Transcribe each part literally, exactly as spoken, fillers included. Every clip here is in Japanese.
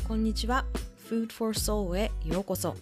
こんにちは。Food for Soul へようこそ。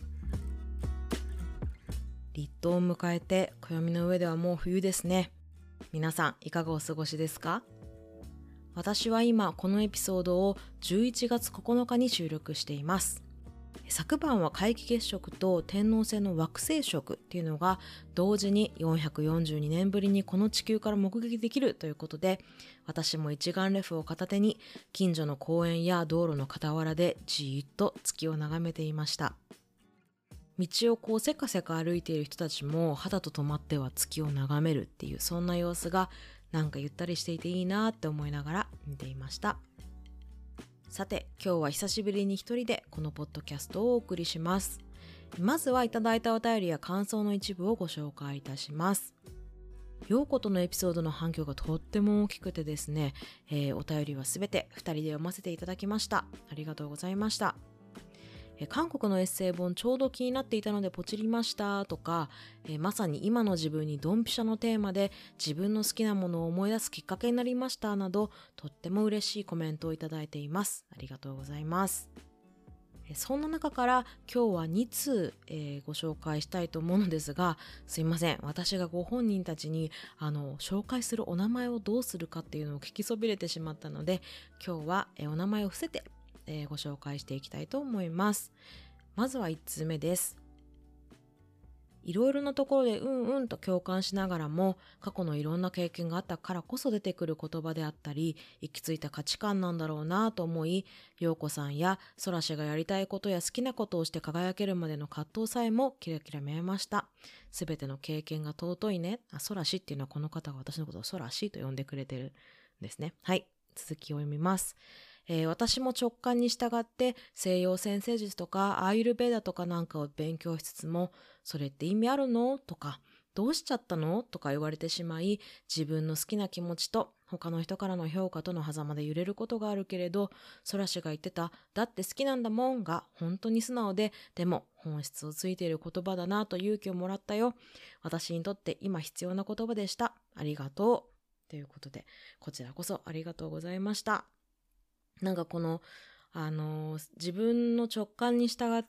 立冬を迎えて暦の上ではもう冬ですね。皆さんいかがお過ごしですか？私は今このエピソードをじゅういちがつここのかに収録しています。昨晩は皆既月食と天王星の惑星食っていうのが同時によんひゃくよんじゅうにねんぶりにこの地球から目撃できるということで、私も一眼レフを片手に近所の公園や道路の傍らでじーっと月を眺めていました。道をこうせかせか歩いている人たちも肌と止まっては月を眺めるっていう、そんな様子がなんかゆったりしていていいなって思いながら見ていました。さて、今日は久しぶりに一人でこのポッドキャストをお送りします。まずはいただいたお便りや感想の一部をご紹介いたします。ようことのエピソードの反響がとっても大きくてですね、えー、お便りはすべてふたりで読ませていただきました。ありがとうございました。えー、韓国のエッセイ本ちょうど気になっていたのでポチりましたとか、えー、まさに今の自分にドンピシャのテーマで自分の好きなものを思い出すきっかけになりましたなど、とっても嬉しいコメントをいただいています。ありがとうございます。そんな中から今日はにつう、えー、ご紹介したいと思うのですが、すいません。私がご本人たちにあの紹介するお名前をどうするかっていうのを聞きそびれてしまったので、今日は、えー、お名前を伏せて、えー、ご紹介していきたいと思います。まずはいちつうめです。いろいろなところでうんうんと共感しながらも、過去のいろんな経験があったからこそ出てくる言葉であったり、行き着いた価値観なんだろうなと思い、陽子さんやソラシがやりたいことや好きなことをして輝けるまでの葛藤さえもキラキラ見えました。すべての経験が尊いね。あ、ソラシっていうのはこの方が私のことをソラシと呼んでくれてるんですね。はい。続きを読みます。えー、私も直感に従って西洋占星術とかアーユルベーダとかなんかを勉強しつつも、それって意味あるのとか、どうしちゃったのとか言われてしまい、自分の好きな気持ちと他の人からの評価との狭間で揺れることがあるけれど、ソラシが言ってただって好きなんだもんが本当に素直で、でも本質をついている言葉だなと勇気をもらったよ。私にとって今必要な言葉でした。ありがとう。ということで、こちらこそありがとうございました。なんかこの、あのー、自分の直感に従って、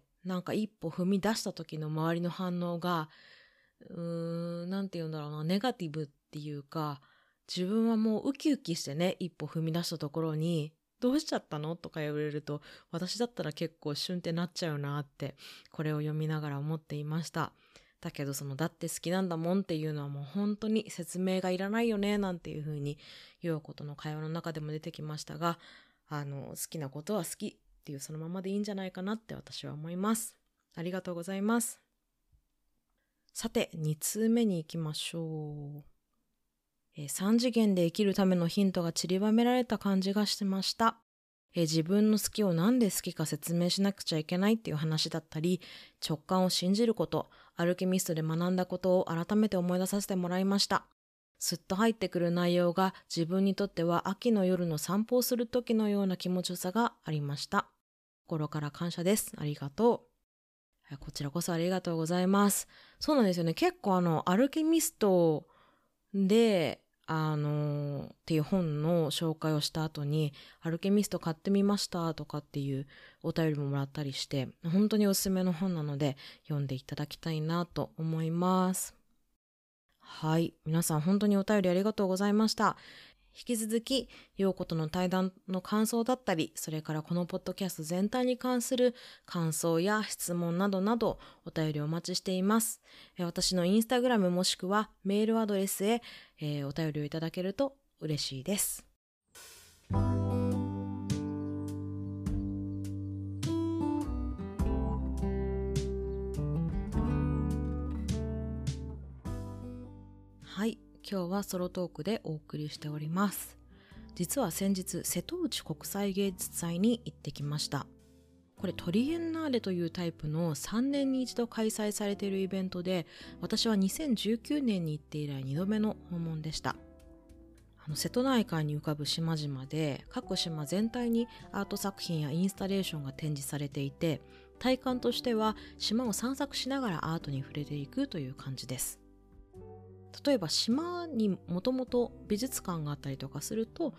なんか一歩踏み出した時の周りの反応が、うーん、なんて言うんだろうな、ネガティブっていうか、自分はもうウキウキしてね、一歩踏み出したところに、どうしちゃったのとか言われると、私だったら結構シュンってなっちゃうなって、これを読みながら思っていました。だけどそのだって好きなんだもんっていうのはもう本当に説明がいらないよねなんていう風に陽子との会話の中でも出てきましたが、あの好きなことは好きっていうそのままでいいんじゃないかなって私は思います。ありがとうございます。さてにつうめに行きましょう。えー、さん次元で生きるためのヒントが散りばめられた感じがしてました。え自分の好きをなんで好きか説明しなくちゃいけないっていう話だったり、直感を信じること、アルケミストで学んだことを改めて思い出させてもらいました。すっと入ってくる内容が自分にとっては秋の夜の散歩をする時のような気持ちよさがありました。心から感謝です。ありがとう。こちらこそありがとうございます。そうなんですよね。結構あの、アルケミストで、あのー、っていう本の紹介をした後にアルケミスト買ってみましたとかっていうお便りももらったりして、本当におすすめの本なので読んでいただきたいなと思います。はい、皆さん本当にお便りありがとうございました。引き続き陽子との対談の感想だったり、それからこのポッドキャスト全体に関する感想や質問などなどお便りお待ちしています。私のインスタグラムもしくはメールアドレスへ、えー、お便りをいただけると嬉しいです。はい、今日はソロトークでお送りしております。実は先日瀬戸内国際芸術祭に行ってきました。これトリエンナーレというタイプのさんねんに一度開催されているイベントで、私はにせんじゅうきゅうねんに行って以来にどめの訪問でした。あの瀬戸内海に浮かぶ島々で各島全体にアート作品やインスタレーションが展示されていて、体感としては島を散策しながらアートに触れていくという感じです。例えば島にもともと美術館があったりとかすると、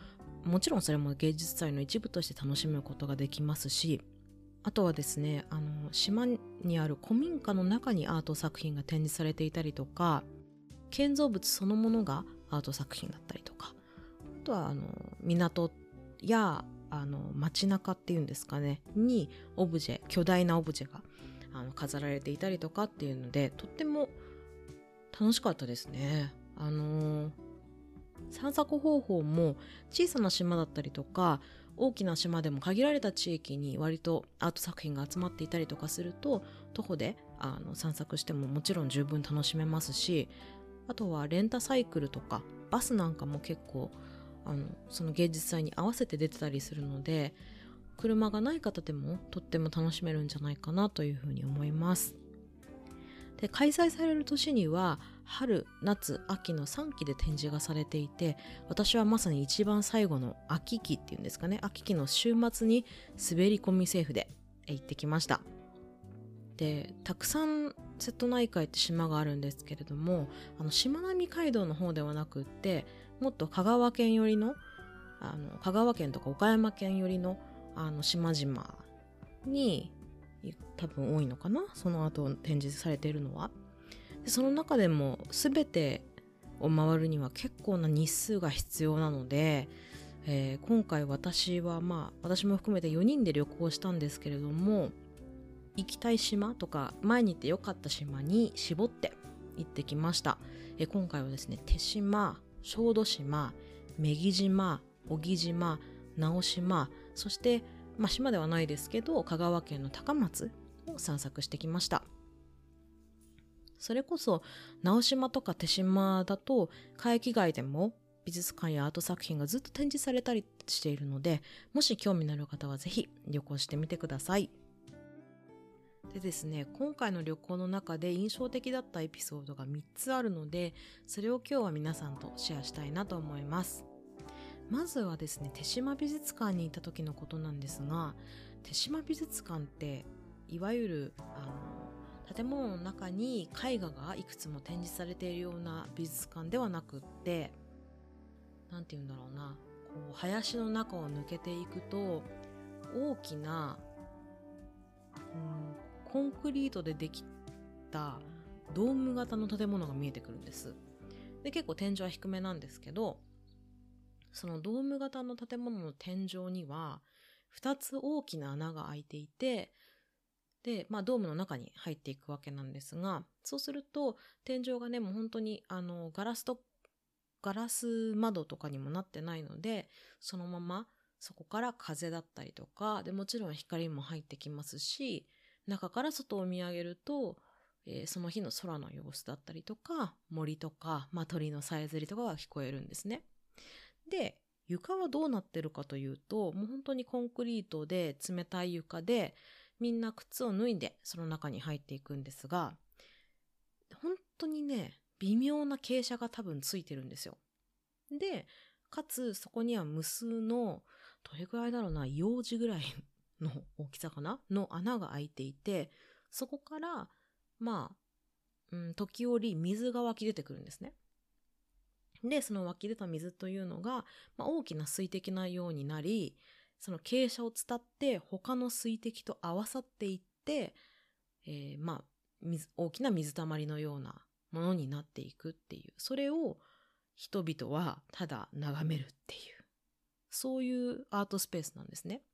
もちろんそれも芸術祭の一部として楽しむことができますし、あとはですね、あの島にある古民家の中にアート作品が展示されていたりとか、建造物そのものがアート作品だったりとか、あとはあの港やあの街中っていうんですかねにオブジェ、巨大なオブジェがあの飾られていたりとかっていうので、とっても楽しかったですね。あのー散策方法も小さな島だったりとか大きな島でも限られた地域に割とアート作品が集まっていたりとかすると、徒歩であの散策してももちろん十分楽しめますし、あとはレンタサイクルとかバスなんかも結構あのその芸術祭に合わせて出てたりするので、車がない方でもとっても楽しめるんじゃないかなというふうに思います。で、開催される年には春、夏、秋のさんきで展示がされていて、私はまさに一番最後の秋期っていうんですかね、秋期の週末に滑り込みセーフで行ってきました。で、たくさん瀬戸内海って島があるんですけれども、あのしまなみ海道の方ではなくって、もっと香川県寄りのあの香川県とか岡山県寄りのあの島々に多分多いのかな、その後展示されているのは。でその中でも全てを回るには結構な日数が必要なので、えー、今回私はまあ私も含めてよにんで旅行したんですけれども、行きたい島とか前に行ってよかった島に絞って行ってきました。えー、今回はですね、手島、小豆島、女木島、小木島、直島、そしてまあ、島ではないですけど香川県の高松を散策してきました。それこそ直島とか手島だと海域外でも美術館やアート作品がずっと展示されたりしているので、もし興味のある方はぜひ旅行してみてください。でですね、今回の旅行の中で印象的だったエピソードがみっつあるので、それを今日は皆さんとシェアしたいなと思います。まずはですね、手島美術館に行った時のことなんですが、手島美術館っていわゆるあの建物の中に絵画がいくつも展示されているような美術館ではなくって、なんて言うんだろうな、こう林の中を抜けていくと大きな、うん、コンクリートでできたドーム型の建物が見えてくるんです。で、結構天井は低めなんですけど、そのドーム型の建物の天井にはふたつ大きな穴が開いていて、で、まあドームの中に入っていくわけなんですが、そうすると天井がね、もう本当にあのガラスとガラス窓とかにもなってないので、そのままそこから風だったりとかで、もちろん光も入ってきますし、中から外を見上げると、えー、その日の空の様子だったりとか森とか、まあ、鳥のさえずりとかが聞こえるんですね。で、床はどうなってるかというと、もう本当にコンクリートで冷たい床で、みんな靴を脱いでその中に入っていくんですが、本当にね、微妙な傾斜が多分ついてるんですよ。で、かつそこには無数の、どれくらいだろうな、ようじぐらいの大きさかなの穴が開いていて、そこからまあ、うん、時折水が湧き出てくるんですね。で、その湧き出た水というのが、まあ、大きな水滴のようになり、その傾斜を伝って他の水滴と合わさっていって、えー、まあ水大きな水たまりのようなものになっていくっていう、それを人々はただ眺めるっていう、そういうアートスペースなんですね。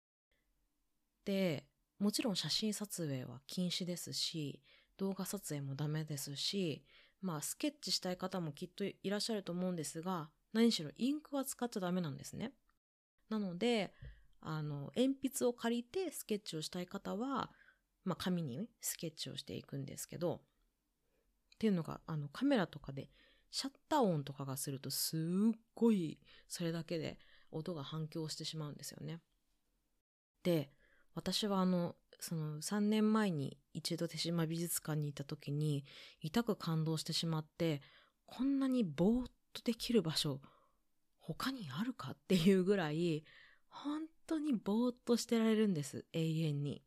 で、もちろん写真撮影は禁止ですし、動画撮影もダメですし、まあスケッチしたい方もきっといらっしゃると思うんですが、何しろインクは使っちゃダメなんですね。なので、あの鉛筆を借りてスケッチをしたい方は、まあ、紙にスケッチをしていくんですけど、っていうのがあのカメラとかでシャッター音とかがするとすっごいそれだけで音が反響してしまうんですよね。で、私はあのそのさんねんまえに一度手島美術館に行った時に痛く感動してしまって、こんなにぼーっとできる場所他にあるかっていうぐらい本当にぼーっとしてられるんです、永遠に。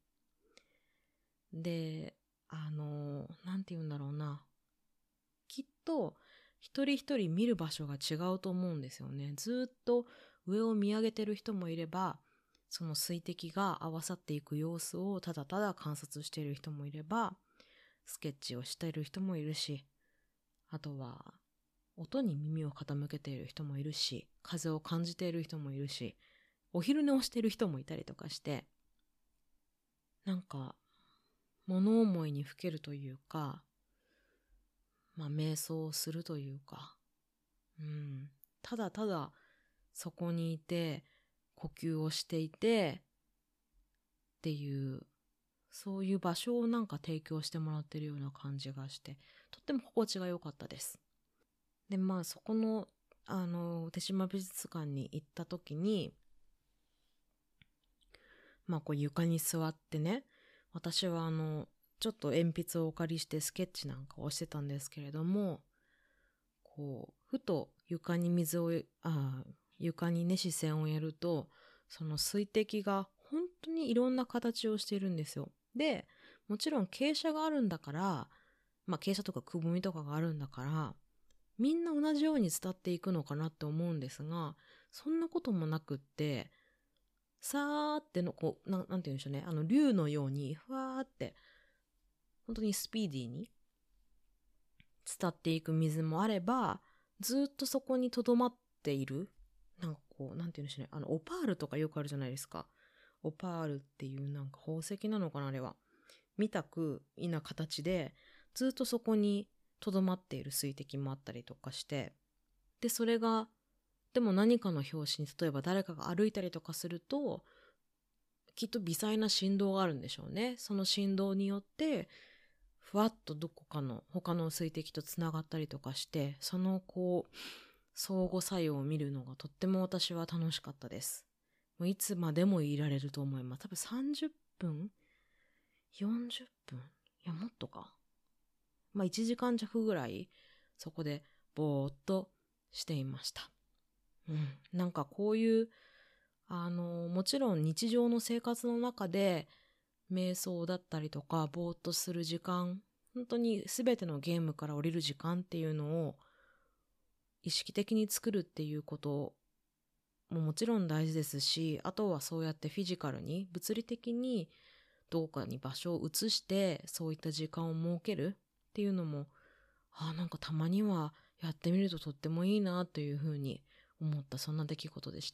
で、あのなんて言うんだろうな、きっと一人一人見る場所が違うと思うんですよね。ずっと上を見上げてる人もいれば、その水滴が合わさっていく様子をただただ観察している人もいれば、スケッチをしている人もいるし、あとは音に耳を傾けている人もいるし、風を感じている人もいるし、お昼寝をしている人もいたりとかして、なんか物思いにふけるというか、まあ瞑想をするというか、うん、ただただそこにいて呼吸をしていてっていう、そういう場所をなんか提供してもらってるような感じがして、とっても心地が良かったです。で、まあそこのあの手島美術館に行った時に、まあこう床に座ってね、私はあのちょっと鉛筆をお借りしてスケッチなんかをしてたんですけれども、こうふと床に水をあ床にね視線をやると、その水滴が本当にいろんな形をしているんですよ。で、もちろん傾斜があるんだから、まあ傾斜とかくぼみとかがあるんだから、みんな同じように伝っていくのかなって思うんですが、そんなこともなくって、さーってのこうな、なんて言うんでしょうね、あの竜のようにふわーって本当にスピーディーに伝っていく水もあれば、ずっとそこに留まっている、なんかこう、なんて言うんでしょうね、あのオパールとかよくあるじゃないですか。オパールっていうなんか宝石なのかな、あれは。見たくいな形でずっとそこに留まっている水滴もあったりとかして、でそれがでも何かの拍子に、例えば誰かが歩いたりとかすると、きっと微細な振動があるんでしょうね。その振動によってふわっとどこかの他の水滴とつながったりとかして、そのこう相互作用を見るのがとっても私は楽しかったです。もういつまでもいられると思います。多分さんじゅっぷんよんじゅっぷん、いやもっとか、まあいちじかん弱ぐらいそこでぼーっとしていました。うん、なんかこういうあのもちろん日常の生活の中で瞑想だったりとかぼーっとする時間、本当に全てのゲームから降りる時間っていうのを意識的に作るっていうことももちろん大事ですし、あとはそうやってフィジカルに物理的にどこかに場所を移してそういった時間を設けるっていうのも、あなんかたまにはやってみるととってもいいなというふうに思った、そんな出来事でした。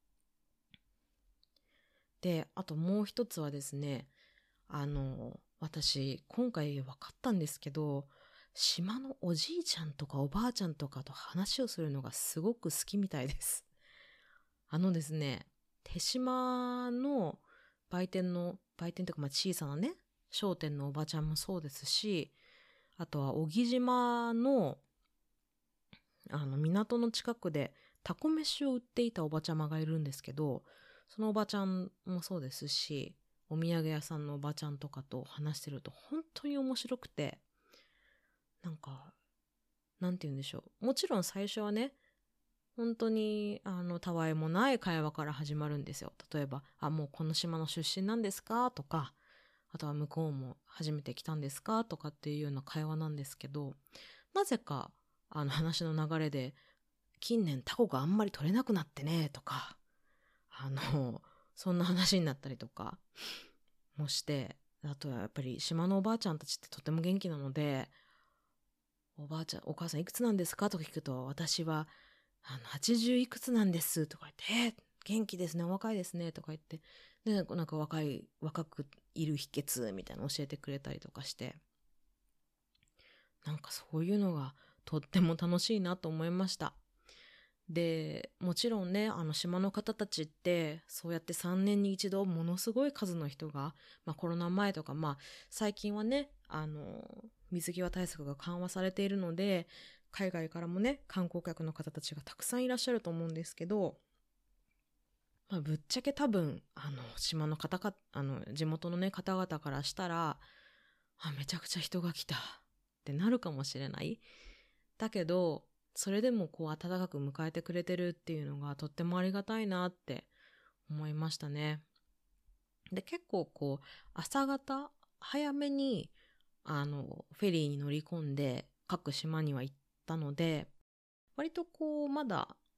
で、あともう一つはですね、あの私今回分かったんですけど、島のおじいちゃんとかおばあちゃんとかと話をするのがすごく好きみたいです。あのですね、手島の売店の売店というかまあ小さなね商店のおばちゃんもそうですし、あとは小木島のあの港の近くでタコ飯を売っていたおばちゃまがいるんですけど、そのおばちゃんもそうですし、お土産屋さんのおばちゃんとかと話してると本当に面白くて、なんかなんて言うんでしょう、もちろん最初はね本当にあのたわいもない会話から始まるんですよ。例えば、あもうこの島の出身なんですかとか、あとは向こうも初めて来たんですかとかっていうような会話なんですけど、なぜかあの話の流れで近年タコがあんまり取れなくなってねとか、あのそんな話になったりとかもして、あとはやっぱり島のおばあちゃんたちってとても元気なので、おばあちゃんお母さんいくつなんですかとか聞くと、私はあのはちじゅういくつなんですとか言って、えー、元気ですねお若いですねとか言って、でなんか若い若くいる秘訣みたいなの教えてくれたりとかして、なんかそういうのがとっても楽しいなと思いました。でもちろんね、あの島の方たちってそうやってさんねんに一度ものすごい数の人が、まあ、コロナ前とか、まあ最近はねあの水際対策が緩和されているので、海外からもね観光客の方たちがたくさんいらっしゃると思うんですけど、まあ、ぶっちゃけ多分あの島の方かあの地元のね方々からしたら、あめちゃくちゃ人が来たってなるかもしれない。だけどそれでもこう温かく迎えてくれてるっていうのがとってもありがたいなって思いましたね。で結構こう朝方早めにあのフェリーに乗り込んで各島には行ったので、割とこうまだ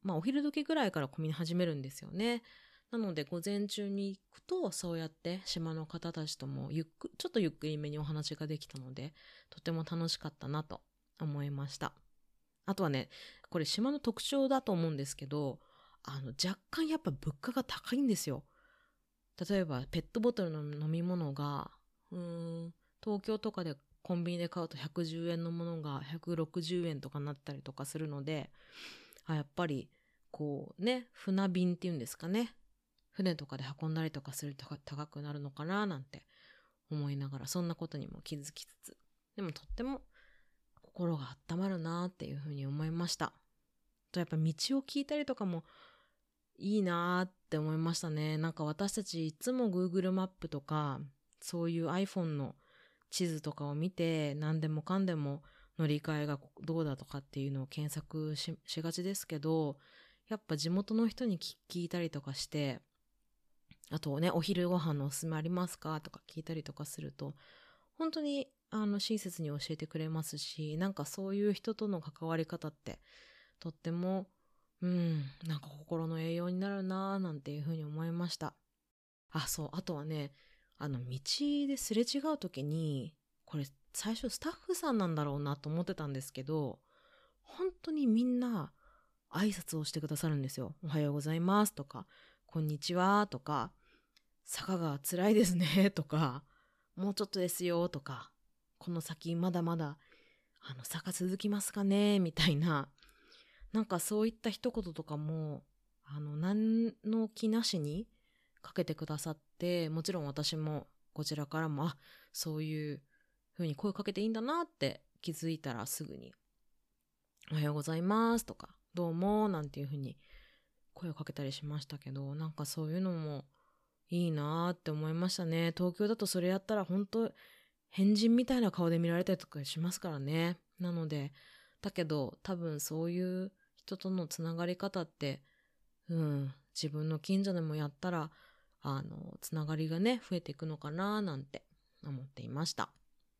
まあお昼時ぐらいから混み始めるんですよね。なので午前中に行くとそうやって島の方たちともゆっくちょっとゆっくりめにお話ができたので、とても楽しかったなと思いました。あとはね、これ島の特徴だと思うんですけど、あの若干やっぱ物価が高いんですよ。例えばペットボトルの飲み物がうーん東京とかでコンビニで買うとひゃくじゅうえんのものがひゃくろくじゅうえんとかなったりとかするので、あやっぱりこうね、船便っていうんですかね、船とかで運んだりとかすると高くなるのかななんて思いながら、そんなことにも気づきつつ、でもとっても心が温まるなっていうふうに思いました。とやっぱ道を聞いたりとかもいいなって思いましたね。なんか私たちいつも Google マップとかそういう iPhone の地図とかを見て何でもかんでも乗り換えがどうだとかっていうのを検索 し, しがちですけど、やっぱ地元の人に聞いたりとかして、あとね、お昼ご飯のおすすめありますかとか聞いたりとかすると、本当にあの親切に教えてくれますし、なんかそういう人との関わり方ってとってもうんなんか心の栄養になるなーなんていうふうに思いました。あ、そう、あとはね、あの道ですれ違う時に、これ最初スタッフさんなんだろうなと思ってたんですけど、本当にみんな挨拶をしてくださるんですよ。おはようございますとか、こんにちはとか、坂が辛いですねとか、もうちょっとですよとか、この先まだまだあの坂続きますかねみたいな、なんかそういった一言とかもあの何の気なしにかけてくださって、もちろん私もこちらからもあそういう風に声かけていいんだなって気づいたら、すぐにおはようございますとかどうもなんていう風に声をかけたりしましたけど、なんかそういうのもいいなーって思いましたね。東京だとそれやったら本当変人みたいな顔で見られたりとかしますからね。なのでだけど多分そういう人とのつながり方ってうん自分の近所でもやったらあのつながりがね増えていくのかななんて思っていました。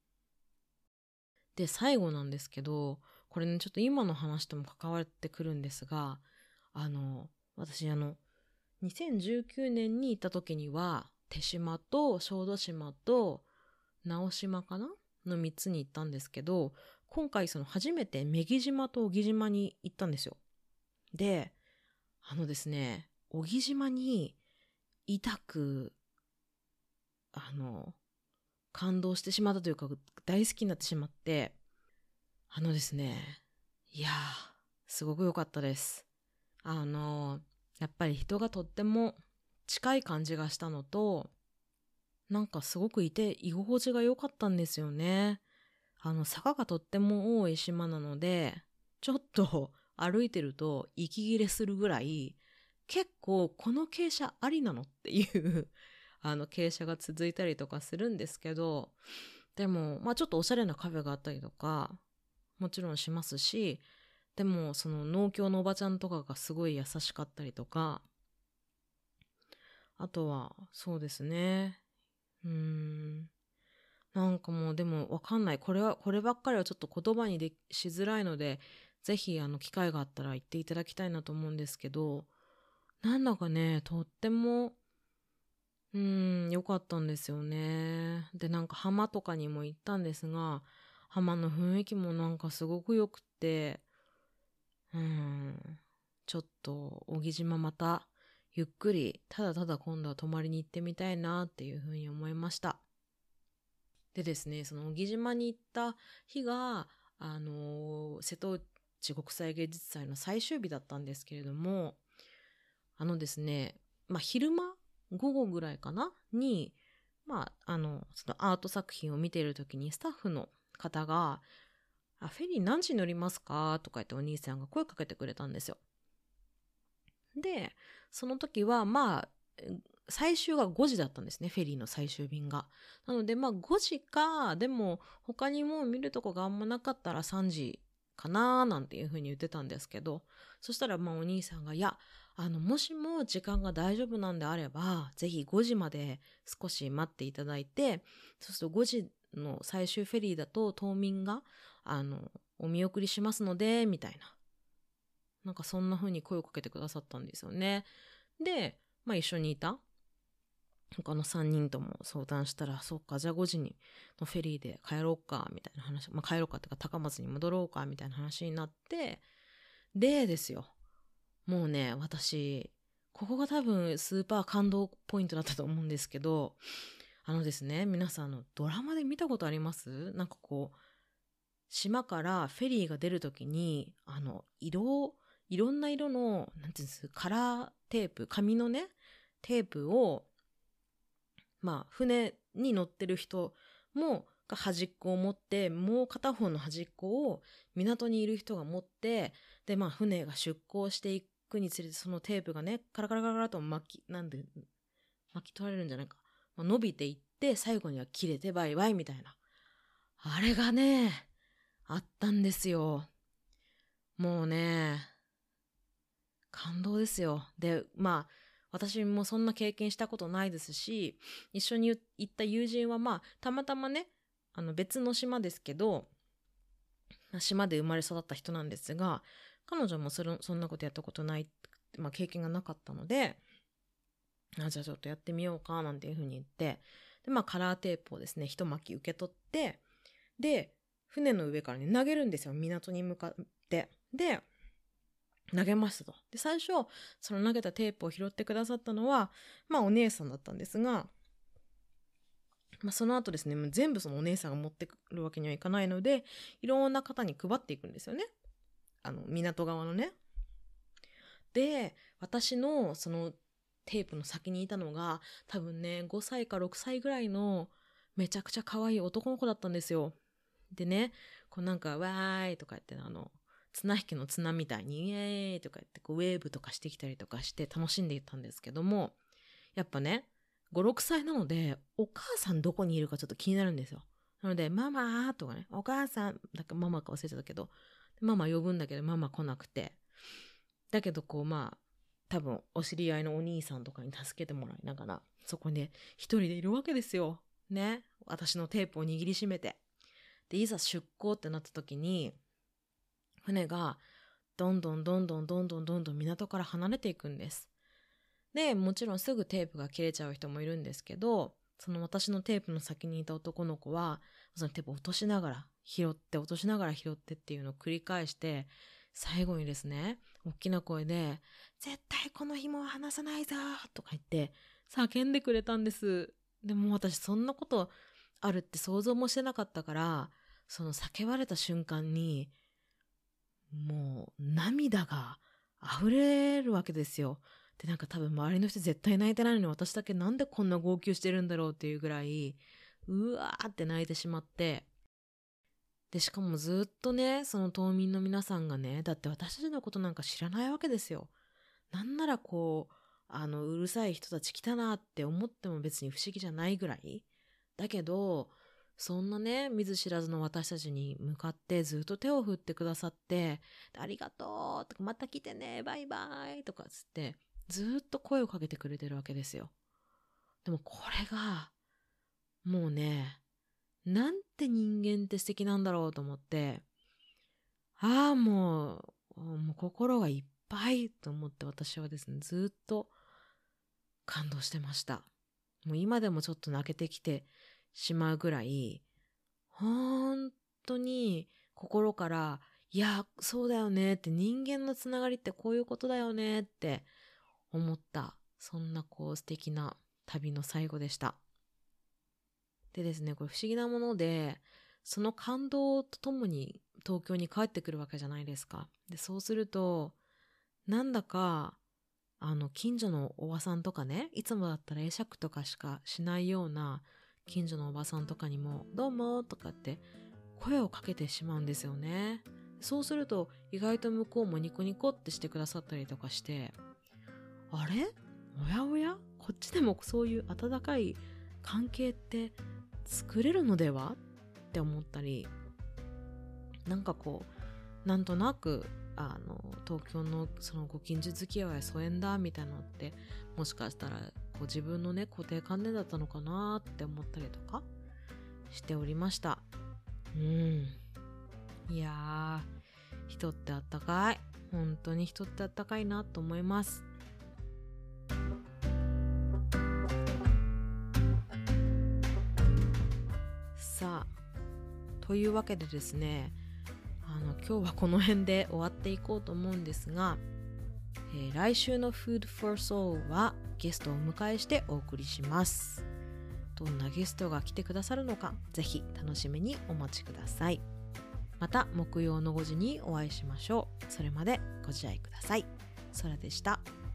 で最後なんですけど、これねちょっと今の話とも関わってくるんですが、あの私あのにせんじゅうきゅうねんに行った時には手島と小豆島と直島かなのみっつに行ったんですけど、今回その初めて女木島と小木島に行ったんですよ。であのですね、小木島に痛くあの感動してしまったというか大好きになってしまって、あのですねいやーすごく良かったです。あのやっぱり人がとっても近い感じがしたのと、なんかすごくいて居心地が良かったんですよね。あの坂がとっても多い島なので、ちょっと歩いてると息切れするぐらい、結構この傾斜ありなのっていうあの傾斜が続いたりとかするんですけど、でもまあちょっとおしゃれなカフェがあったりとかもちろんしますし、でもその農協のおばちゃんとかがすごい優しかったりとか、あとはそうですね、うーんなんかもうでもわかんない、これはこればっかりはちょっと言葉にでしづらいので、ぜひあの機会があったら行っていただきたいなと思うんですけど、なんだかねとってもうーん良かったんですよね。でなんか浜とかにも行ったんですが、浜の雰囲気もなんかすごく良くって、うーんちょっと小木島またゆっくりただただ今度は泊まりに行ってみたいなっていうふうに思いました。でですね、その小木島に行った日が、あのー瀬戸内国際芸術祭の最終日だったんですけれども、あのですね、まあ昼間午後ぐらいかなに、まああのそのアート作品を見ている時にスタッフの方があフェリー何時に乗りますかとか言ってお兄さんが声かけてくれたんですよ。でその時はまあ最終がごじだったんですね、フェリーの最終便が。なのでまあごじか、でも他にもう見るとこがあんまなかったらさんじかななんていう風に言ってたんですけど、そしたらまあお兄さんがいやあのもしも時間が大丈夫なんであればぜひごじまで少し待っていただいて、そうするとごじの最終フェリーだと島民があのお見送りしますのでみたいな、 なんかそんな風に声をかけてくださったんですよね。で、まあ一緒にいた他のさんにんとも相談したら、そっか、じゃあごじにのフェリーで帰ろうか、みたいな話。まあ帰ろうかっていうか、高松に戻ろうか、みたいな話になって、でですよ。もうね、私、ここが多分スーパー感動ポイントだったと思うんですけど、あのですね、皆さんあのドラマで見たことあります？なんかこう、島からフェリーが出るときに、あの、色、いろんな色の、なんていうんです、カラーテープ、紙のね、テープを、まあ、船に乗ってる人も、が端っこを持って、もう片方の端っこを港にいる人が持って、で、まあ、船が出港していくにつれて、そのテープがね、カラカラカラカラと巻き、なんで、巻き取られるんじゃないか。まあ、伸びていって、最後には切れてバイバイみたいな。あれがね、あったんですよ。もうね、感動ですよ。で、まあ、私もそんな経験したことないですし、一緒に行った友人はまあ、たまたまね、あの別の島ですけど、島で生まれ育った人なんですが、彼女もそれそんなことやったことない、まあ経験がなかったので、あ、じゃあちょっとやってみようかなんていうふうに言って、で、まあカラーテープをですね、一巻き受け取って、で、船の上からね、投げるんですよ、港に向かって。で、投げましたと。で、最初、その投げたテープを拾ってくださったのは、まあお姉さんだったんですが、まあその後ですね、もう全部そのお姉さんが持ってくるわけにはいかないので、いろんな方に配っていくんですよね。あの、港側のね。で、私のそのテープの先にいたのが、多分ね、ごさいかろくさいぐらいのめちゃくちゃ可愛い男の子だったんですよ。でね、こうなんか、わーいとか言って、あの、綱引きの綱みたいに、イエーイとか言って、こう、ウェーブとかしてきたりとかして楽しんでいたんですけども、やっぱね、ご、ろくさいなので、お母さんどこにいるかちょっと気になるんですよ。なので、ママーとかね、お母さん、だからママか忘れてたけど、ママ呼ぶんだけど、ママ来なくて。だけど、こう、まあ、多分、お知り合いのお兄さんとかに助けてもらいながら、そこにね、一人でいるわけですよ。ね。私のテープを握りしめて。で、いざ出港ってなった時に、船がどんどんどんどんどんどんどんどん港から離れていくんです。で、もちろんすぐテープが切れちゃう人もいるんですけど、その私のテープの先にいた男の子は、そのテープを落としながら拾って落としながら拾ってっていうのを繰り返して、最後にですね、大きな声で、絶対この紐は離さないぞとか言って叫んでくれたんです。でも私そんなことあるって想像もしてなかったから、その叫ばれた瞬間に、もう涙が溢れるわけですよ。で、なんか多分周りの人絶対泣いてないのに私だけなんでこんな号泣してるんだろうっていうぐらい、うわーって泣いてしまって。で、しかもずっとね、その島民の皆さんがね、だって私たちのことなんか知らないわけですよ。なんならこう、あの、うるさい人たち来たなって思っても別に不思議じゃないぐらい。だけど、そんなね、見ず知らずの私たちに向かってずっと手を振ってくださって、ありがとうとか、また来てね、バイバイとかつって、ずっと声をかけてくれてるわけですよ。でもこれが、もうね、なんて人間って素敵なんだろうと思って、ああ、もう、もう心がいっぱいと思って私はですね、ずっと感動してました。もう今でもちょっと泣けてきてしまうぐらい、本当に心から、いや、そうだよねって、人間のつながりってこういうことだよねって思った、そんなこう素敵な旅の最後でした。でですね、これ不思議なもので、その感動とともに東京に帰ってくるわけじゃないですか。で、そうすると、なんだか、あの、近所のおばさんとかね、いつもだったら会釈とかしかしないような近所のおばさんとかにも、どうもとかって声をかけてしまうんですよね。そうすると、意外と向こうもニコニコってしてくださったりとかして、あれ？おやおや？こっちでもそういう温かい関係って作れるのではって思ったり、なんかこうなんとなくあの東京のそのご近所付き合いは疎遠だみたいなのってもしかしたらこう自分のね固定観念だったのかなって思ったりとかしておりました。うん、いやー、人ってあったかい、 本当に人ってあったかいなと思います。さあ、というわけでですね、あの今日はこの辺で終わっていこうと思うんですが、えー、来週の Food for Soul はゲストをお迎えしてお送りします。どんなゲストが来てくださるのか、ぜひ楽しみにお待ちください。また木曜のごじにお会いしましょう。それまでご自愛ください。そらでした。